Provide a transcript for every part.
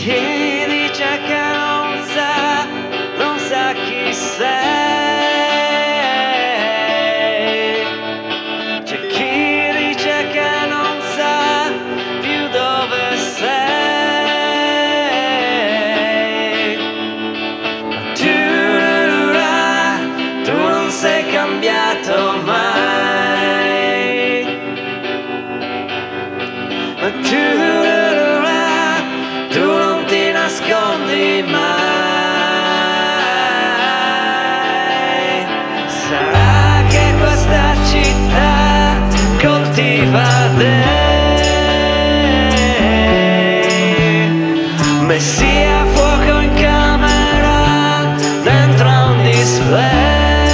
chi dice che non sa chi sei. C'è chi dice che non sa più dove sei. Ma tu non sei cambiato mai. Ma tu non ti nascondi mai. Sarà che questa città coltiva te, messi a fuoco in camera dentro a un display.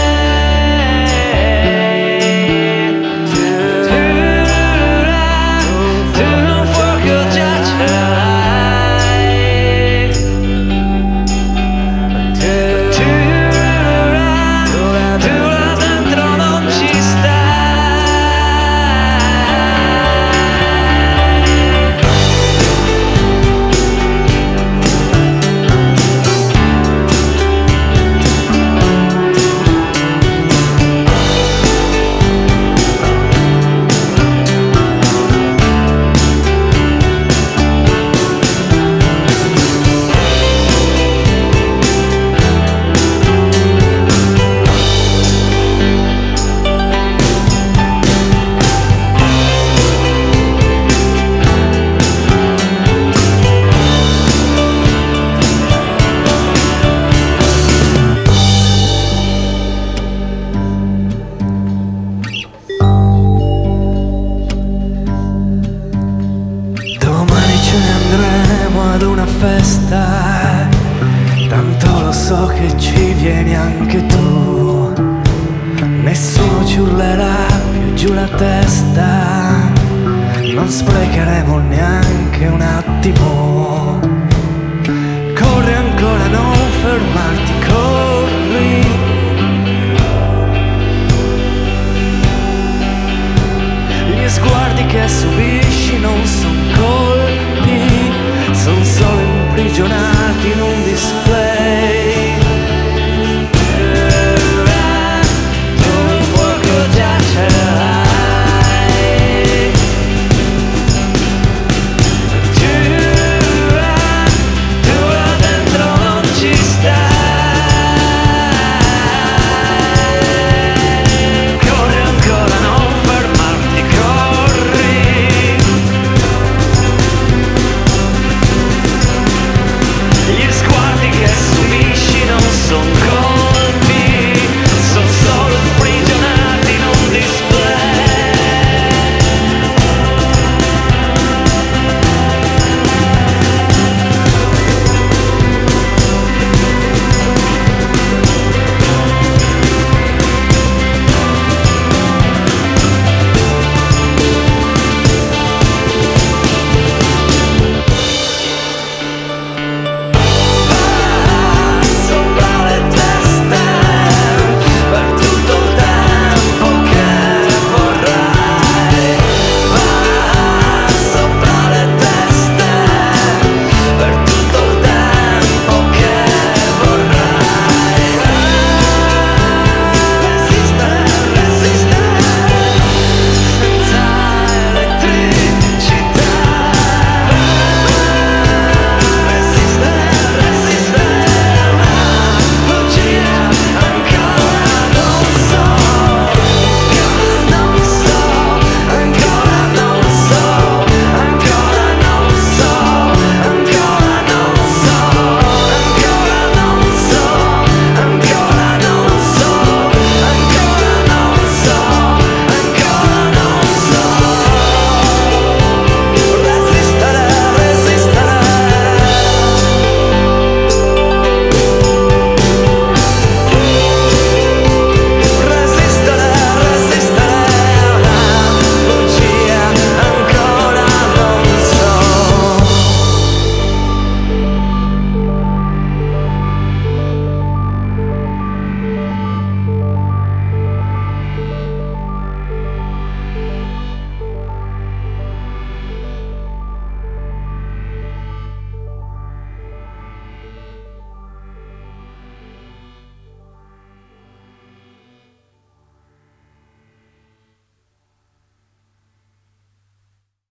Ad una festa, tanto lo so che ci vieni anche tu. Nessuno ci urlerà più giù la testa, non sprecheremo neanche un attimo. Corri ancora, non fermarti, corri. Gli sguardi che subisci non son colpi, son solo imprigionati in un display.